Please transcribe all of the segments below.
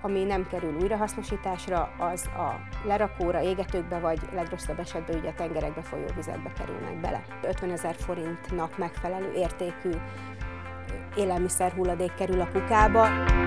Ami nem kerül újrahasznosításra, az a lerakóra, égetőkbe, vagy legrosszabb esetben ugye a tengerekbe, folyóvizekbe kerülnek bele. 50 000 forintnak megfelelő értékű élelmiszerhulladék kerül a kukába.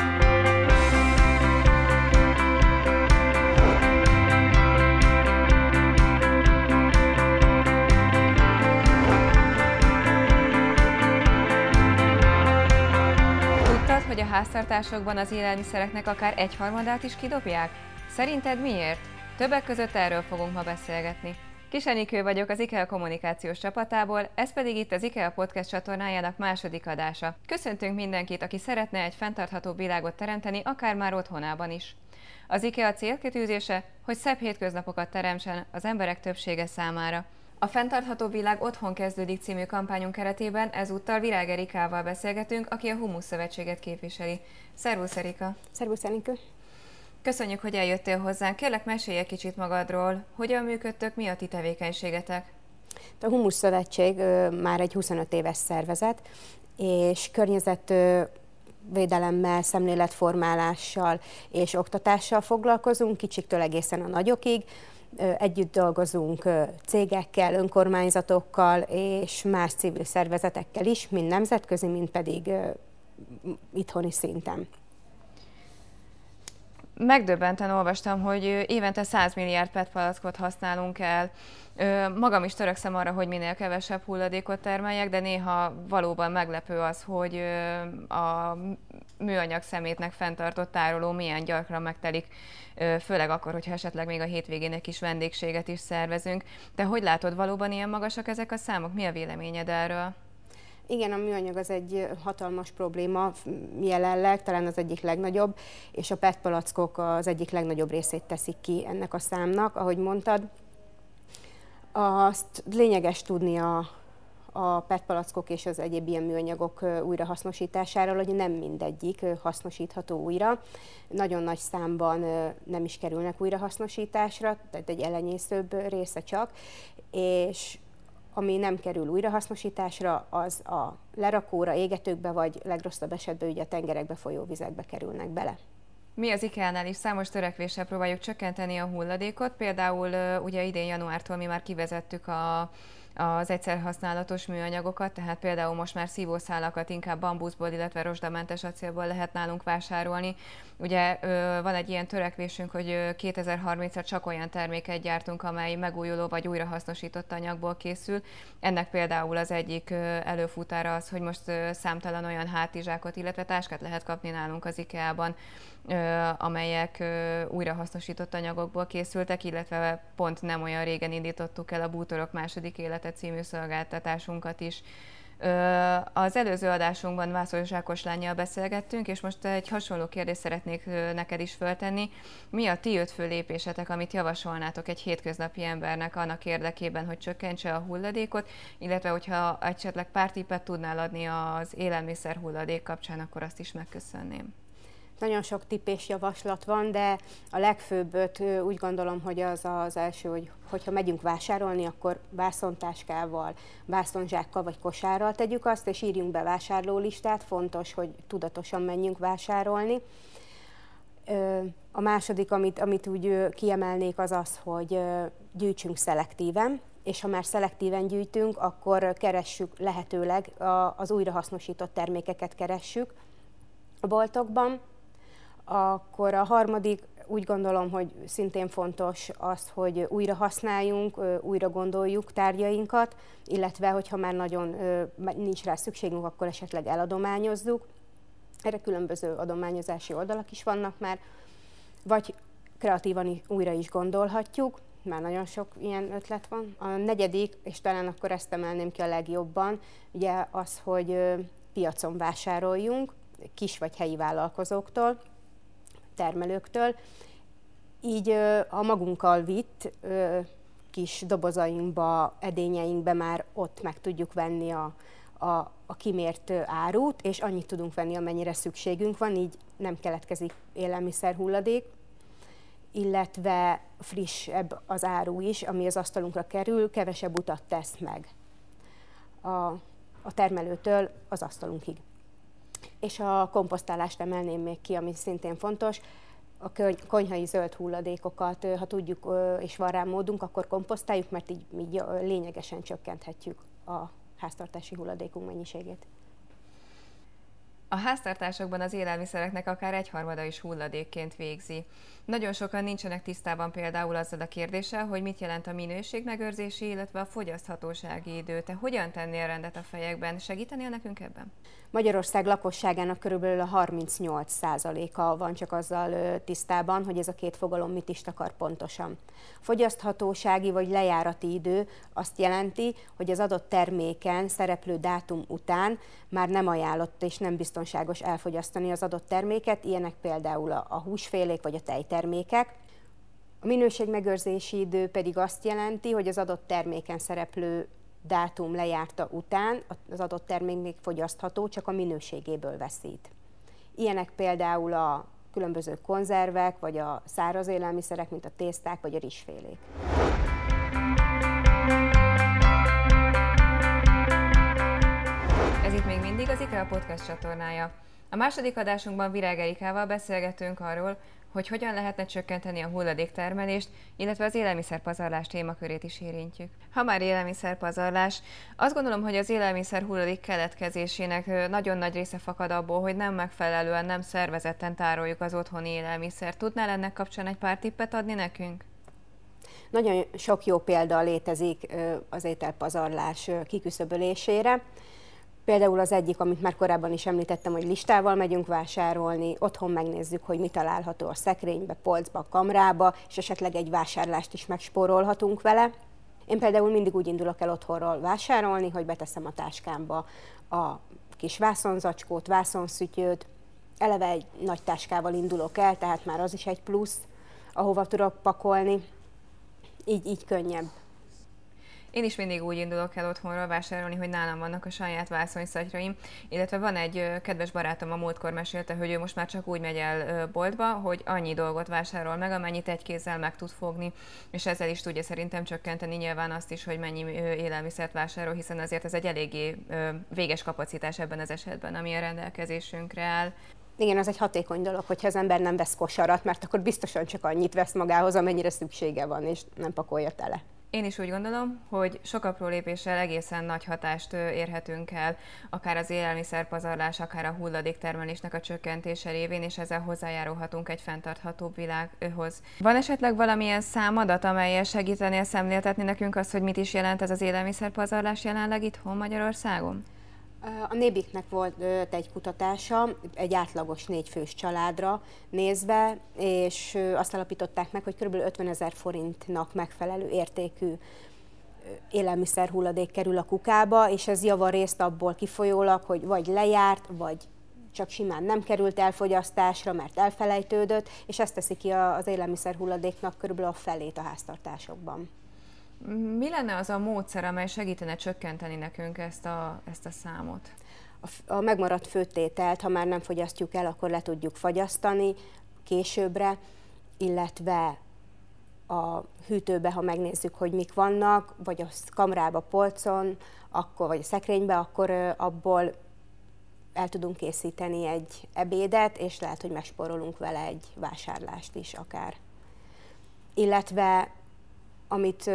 Hogy a háztartásokban az élelmiszereknek akár 1/3 is kidobják? Szerinted miért? Többek között erről fogunk ma beszélgetni. Kis Enikő vagyok az IKEA kommunikációs csapatából, ez pedig itt az IKEA Podcast csatornájának második adása. Köszöntünk mindenkit, aki szeretne egy fenntartható világot teremteni, akár már otthonában is. Az IKEA célkitűzése, hogy szebb hétköznapokat teremtsen az emberek többsége számára. A Fenntartható Világ Otthon kezdődik című kampányunk keretében ezúttal Virág Erikával beszélgetünk, aki a Humusz Szövetséget képviseli. Szervusz Erika! Szervusz Enikő! Köszönjük, hogy eljöttél hozzánk. Kérlek, mesélj egy kicsit magadról. Hogyan működtök, mi a ti tevékenységetek? A Humusz Szövetség már egy 25 éves szervezet, és környezetvédelemmel, szemléletformálással és oktatással foglalkozunk, kicsiktől egészen a nagyokig. Együtt dolgozunk cégekkel, önkormányzatokkal és más civil szervezetekkel is, mind nemzetközi, mind pedig itthoni szinten. Megdöbbenten olvastam, hogy évente 100 milliárd PET palackot használunk el. Magam is törekszem arra, hogy minél kevesebb hulladékot termeljek, de néha valóban meglepő az, hogy a műanyag szemétnek fenntartott tároló milyen gyakran megtelik, főleg akkor, hogyha esetleg még a hétvégén egy kis vendégséget is szervezünk. De hogy látod, valóban ilyen magasak ezek a számok? Mi a véleményed erről? Igen, a műanyag az egy hatalmas probléma jelenleg, talán az egyik legnagyobb, és a PET palackok az egyik legnagyobb részét teszik ki ennek a számnak, ahogy mondtad. Azt lényeges tudni a PET palackok és az egyéb ilyen műanyagok újrahasznosításáról, hogy nem mindegyik hasznosítható újra. Nagyon nagy számban nem is kerülnek újrahasznosításra, tehát egy elenyészőbb része csak, és ami nem kerül újrahasznosításra, az a lerakóra, égetőkbe, vagy legrosszabb esetben ugye a tengerekbe, folyóvizekbe kerülnek bele. Mi az IKEA-nál is számos törekvéssel próbáljuk csökkenteni a hulladékot, például ugye idén januártól mi már kivezettük az egyszerhasználatos műanyagokat, tehát például most már szívószálakat inkább bambuszból, illetve rozsdamentes acélból lehet nálunk vásárolni. Ugye van egy ilyen törekvésünk, hogy 2030-ra csak olyan terméket gyártunk, amely megújuló vagy újrahasznosított anyagból készül. Ennek például az egyik előfutára az, hogy most számtalan olyan hátizsákot, illetve táskát lehet kapni nálunk az IKEA-ban, amelyek újrahasznosított anyagokból készültek, illetve pont nem olyan régen indítottuk el a Bútorok második élete című szolgáltatásunkat is. Az előző adásunkban Vászlós Ákos lánnyal beszélgettünk, és most egy hasonló kérdést szeretnék neked is föltenni. Mi a ti 5 fő lépésetek, amit javasolnátok egy hétköznapi embernek annak érdekében, hogy csökkentse a hulladékot, illetve hogyha esetleg pár tippet tudnál adni az élelmiszer hulladék kapcsán, akkor azt is megköszönném. Nagyon sok tipp és javaslat van, de a legfőbböt úgy gondolom, hogy az első, hogyha megyünk vásárolni, akkor vászontáskával, vászonzsákkal vagy kosárral tegyük azt, és írjunk be vásárlólistát, fontos, hogy tudatosan menjünk vásárolni. A második, amit úgy kiemelnék, az, hogy gyűjtsünk szelektíven, és ha már szelektíven gyűjtünk, akkor keressük lehetőleg az újrahasznosított termékeket keressük a boltokban. Akkor a harmadik, úgy gondolom, hogy szintén fontos az, hogy újra használjunk, újra gondoljuk tárgyainkat, illetve hogyha már nagyon nincs rá szükségünk, akkor esetleg eladományozzuk. Erre különböző adományozási oldalak is vannak már, vagy kreatívan újra is gondolhatjuk, már nagyon sok ilyen ötlet van. A negyedik, és talán akkor ezt emelném ki a legjobban, ugye az, hogy piacon vásároljunk, kis vagy helyi vállalkozóktól, termelőktől, így a magunkkal vitt kis dobozainkba, edényeinkbe már ott meg tudjuk venni a kimért árut, és annyit tudunk venni, amennyire szükségünk van, így nem keletkezik élelmiszerhulladék, illetve frissebb az áru is, ami az asztalunkra kerül, kevesebb utat tesz meg a termelőtől az asztalunkig. És a komposztálást emelném még ki, ami szintén fontos. a konyhai zöld hulladékokat, ha tudjuk és van rá módunk, akkor komposztáljuk, mert így lényegesen csökkenthetjük a háztartási hulladékunk mennyiségét. A háztartásokban az élelmiszereknek akár egyharmada is hulladékként végzi. Nagyon sokan nincsenek tisztában például azzal a kérdéssel, hogy mit jelent a minőségmegőrzési, illetve a fogyaszthatósági idő. Te hogyan tennél rendet a fejekben? Segítenél nekünk ebben? Magyarország lakosságának körülbelül a 38%-a van csak azzal tisztában, hogy ez a két fogalom mit is takar pontosan. Fogyaszthatósági vagy lejárati idő azt jelenti, hogy az adott terméken szereplő dátum után már nem ajánlott és nem biztonságos elfogyasztani az adott terméket, ilyenek például a húsfélék vagy a tejtermékek. A minőségmegőrzési idő pedig azt jelenti, hogy az adott terméken szereplő dátum lejárta után az adott termék még fogyasztható, csak a minőségéből veszít. Ilyenek például a különböző konzervek, vagy a száraz élelmiszerek, mint a tészták, vagy a rizsfélék. Ez itt még mindig az IKEA Podcast csatornája. A második adásunkban Virág Erikával beszélgetünk arról, hogy hogyan lehetne csökkenteni a hulladéktermelést, illetve az élelmiszerpazarlás témakörét is érintjük. Ha már élelmiszerpazarlás, azt gondolom, hogy az élelmiszer hulladék keletkezésének nagyon nagy része fakad abból, hogy nem megfelelően, nem szervezetten tároljuk az otthoni élelmiszert. Tudnál ennek kapcsán egy pár tippet adni nekünk? Nagyon sok jó példa létezik az ételpazarlás kiküszöbölésére. Például az egyik, amit már korábban is említettem, hogy listával megyünk vásárolni, otthon megnézzük, hogy mi található a szekrénybe, polcba, kamrába, és esetleg egy vásárlást is megspórolhatunk vele. Én például mindig úgy indulok el otthonról vásárolni, hogy beteszem a táskámba a kis vászonzacskót, vászonszütyőt, eleve egy nagy táskával indulok el, tehát már az is egy plusz, ahova tudok pakolni, így könnyebb. Én is mindig úgy indulok el otthonról vásárolni, hogy nálam vannak a saját vászonyszatyraim, illetve van egy kedves barátom, a múltkor mesélte, hogy ő most már csak úgy megy el boltba, hogy annyi dolgot vásárol meg, amennyit egy kézzel meg tud fogni, és ezzel is tudja szerintem csökkenteni nyilván azt is, hogy mennyi élelmiszert vásárol, hiszen azért ez egy eléggé véges kapacitás ebben az esetben, ami a rendelkezésünkre áll. Igen, az egy hatékony dolog, hogyha az ember nem vesz kosarat, mert akkor biztosan csak annyit vesz magához, amennyire szüksége van, és nem pakolja tele. Én is úgy gondolom, hogy sok apró lépéssel egészen nagy hatást érhetünk el, akár az élelmiszerpazarlás, akár a hulladéktermelésnek a csökkentése révén, és ezzel hozzájárulhatunk egy fenntarthatóbb világhoz. Van esetleg valamilyen számadat, amellyel segítenél szemléltetni nekünk azt, hogy mit is jelent ez az élelmiszerpazarlás jelenleg itthon Magyarországon? A Nébiknek volt egy kutatása, egy átlagos 4 fős családra nézve, és azt alapították meg, hogy kb. 50 000 forintnak megfelelő értékű élelmiszer hulladék kerül a kukába, és ez javarészt abból kifolyólag, hogy vagy lejárt, vagy csak simán nem került elfogyasztásra, mert elfelejtődött, és ezt teszi ki az élelmiszer hulladéknak kb. A felét a háztartásokban. Mi lenne az a módszer, amely segítene csökkenteni nekünk ezt a számot? A megmaradt főtételt, ha már nem fogyasztjuk el, akkor le tudjuk fagyasztani későbbre, illetve a hűtőbe, ha megnézzük, hogy mik vannak, vagy a kamrába, polcon, akkor, vagy a szekrénybe, akkor abból el tudunk készíteni egy ebédet, és lehet, hogy megspórolunk vele egy vásárlást is akár. Illetve amit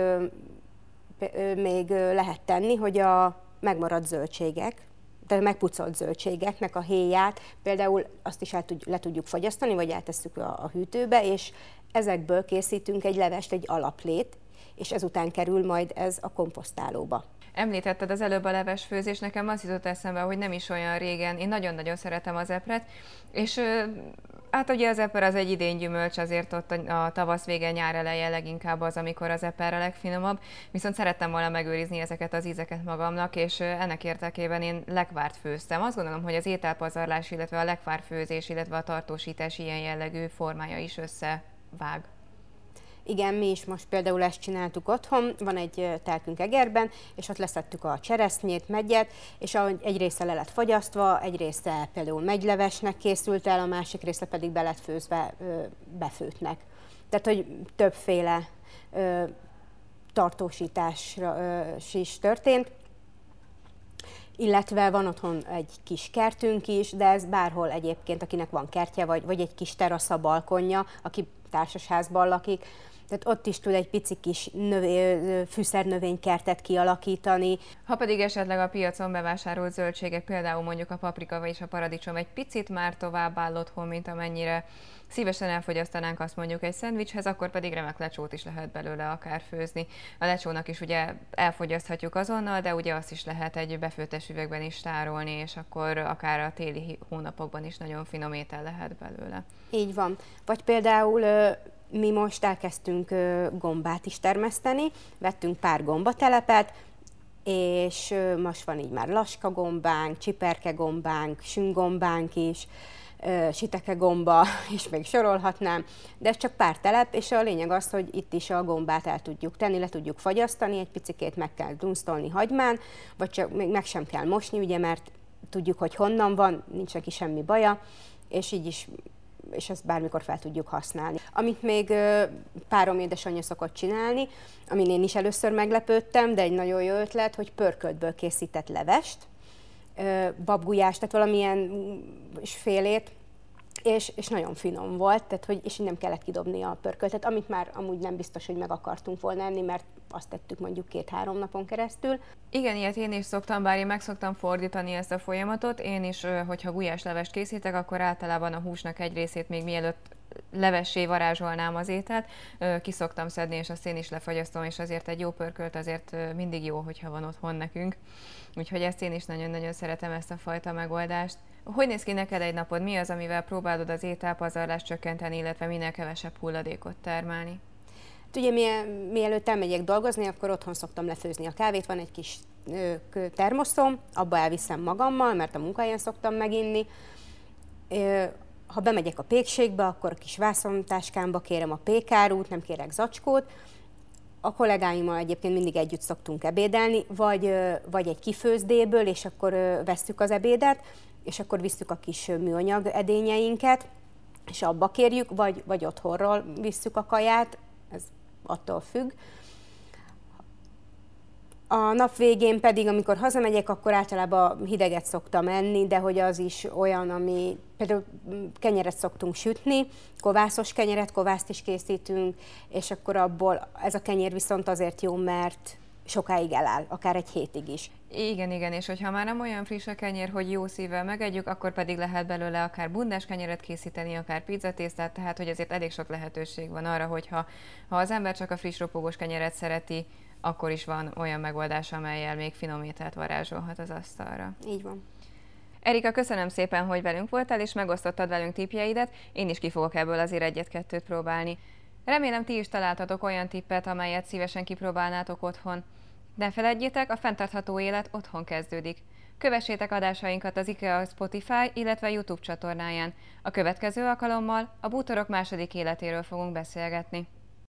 még lehet tenni, hogy a megmaradt zöldségek, tehát megpucolt zöldségeknek a héját, például azt is le tudjuk fagyasztani, vagy eltesszük a hűtőbe, és ezekből készítünk egy levest, egy alaplét, és ezután kerül majd ez a komposztálóba. Említetted az előbb a levesfőzés, nekem azt jutott eszembe, hogy nem is olyan régen, én nagyon-nagyon szeretem az epret, és hát ugye az eper az egy idén gyümölcs, azért ott a tavasz vége, nyár eleje leginkább az, amikor az eper a legfinomabb, viszont szerettem volna megőrizni ezeket az ízeket magamnak, és ennek érdekében én lekvárt főztem. Azt gondolom, hogy az ételpazarlás, illetve a lekvárfőzés, illetve a tartósítás ilyen jellegű formája is összevág. Igen, mi is most például ezt csináltuk otthon, van egy telkünk Egerben, és ott leszettük a cseresznyét, meggyet, és egy része le lett fagyasztva, egy része például megylevesnek készült el, a másik része pedig be lett főzve befőtnek. Tehát, hogy többféle tartósítás is történt. illetve van otthon egy kis kertünk is, de ez bárhol egyébként, akinek van kertje, vagy egy kis terasza, balkonja, aki társasházban lakik, tehát ott is tud egy pici kis fűszernövénykertet kialakítani. Ha pedig esetleg a piacon bevásárolt zöldségek, például mondjuk a paprika vagy a paradicsom egy picit már tovább áll otthon, mint amennyire szívesen elfogyasztanánk azt mondjuk egy szendvicshez, akkor pedig remek lecsót is lehet belőle akár főzni. A lecsónak is ugye elfogyaszthatjuk azonnal, de ugye azt is lehet egy befőttes üvegben is tárolni, és akkor akár a téli hónapokban is nagyon finom étel lehet belőle. Így van. Vagy például mi most elkezdtünk gombát is termeszteni, vettünk pár gombatelepet, és most van így már laskagombánk, csiperkegombánk, sünggombánk is, sitekegomba, és még sorolhatnám, de ez csak pár telep, és a lényeg az, hogy itt is a gombát el tudjuk tenni, le tudjuk fagyasztani, egy picikét meg kell dunsztolni hagymán, vagy csak még meg sem kell mosni, ugye, mert tudjuk, hogy honnan van, nincs neki semmi baja, és így is, és ezt bármikor fel tudjuk használni. Amit még párom édesanyja szokott csinálni, amin én is először meglepődtem, de egy nagyon jó ötlet, hogy pörköltből készített levest, babgulyást, tehát valamilyen félét, és nagyon finom volt, tehát, hogy, és nem kellett kidobni a pörköltet, amit már amúgy nem biztos, hogy meg akartunk volna enni, mert azt tettük mondjuk 2-3 napon keresztül. Igen, ilyet én is szoktam, bár én meg szoktam fordítani ezt a folyamatot. Én is, hogyha gulyáslevest készítek, akkor általában a húsnak egy részét még mielőtt levessé varázsolnám az ételt, ki szoktam szedni, és azt én is lefagyasztom, és azért egy jó pörkölt azért mindig jó, hogyha van otthon nekünk. Úgyhogy ezt én is nagyon-nagyon szeretem, ezt a fajta megoldást. Hogy néz ki neked egy napod? Mi az, amivel próbálod az ételpazarlást csökkenteni, illetve minél kevesebb hulladékot termelni? Ugye mielőtt elmegyek dolgozni, akkor otthon szoktam lefőzni a kávét, van egy kis termoszom, abba elviszem magammal, mert a munkahelyen szoktam meginni. Ha bemegyek a pékségbe, akkor a kis vászontáskámba kérem a pékárút, nem kérek zacskót. A kollégáimmal egyébként mindig együtt szoktunk ebédelni, vagy egy kifőzdéből, és akkor vesszük az ebédet, és akkor visszük a kis műanyag edényeinket, és abba kérjük, vagy otthonról visszük a kaját, ez attól függ. A nap végén pedig, amikor hazamegyek, akkor általában hideget szoktam enni, de hogy az is olyan, ami például kenyeret szoktunk sütni, kovászos kenyeret, kovászt is készítünk, és akkor abból ez a kenyér viszont azért jó, mert sokáig eláll, akár egy hétig is. Igen, és hogyha már nem olyan friss a kenyér, hogy jó szívvel megegyük, akkor pedig lehet belőle akár bundás kenyeret készíteni, akár pizzatésztát, tehát hogy azért elég sok lehetőség van arra, hogyha az ember csak a friss ropogós kenyeret szereti, akkor is van olyan megoldás, amellyel még finom ételt varázsolhat az asztalra. Így van. Erika, köszönöm szépen, hogy velünk voltál, és megosztottad velünk tippjeidet. Én is ki fogok ebből azért egyet-kettőt próbálni. Remélem, ti is találtatok olyan tippet, amelyet szívesen kipróbálnátok otthon. Ne feledjétek, a fenntartható élet otthon kezdődik. Kövessétek adásainkat az IKEA Spotify, illetve YouTube csatornáján. A következő alkalommal a bútorok második életéről fogunk beszélgetni.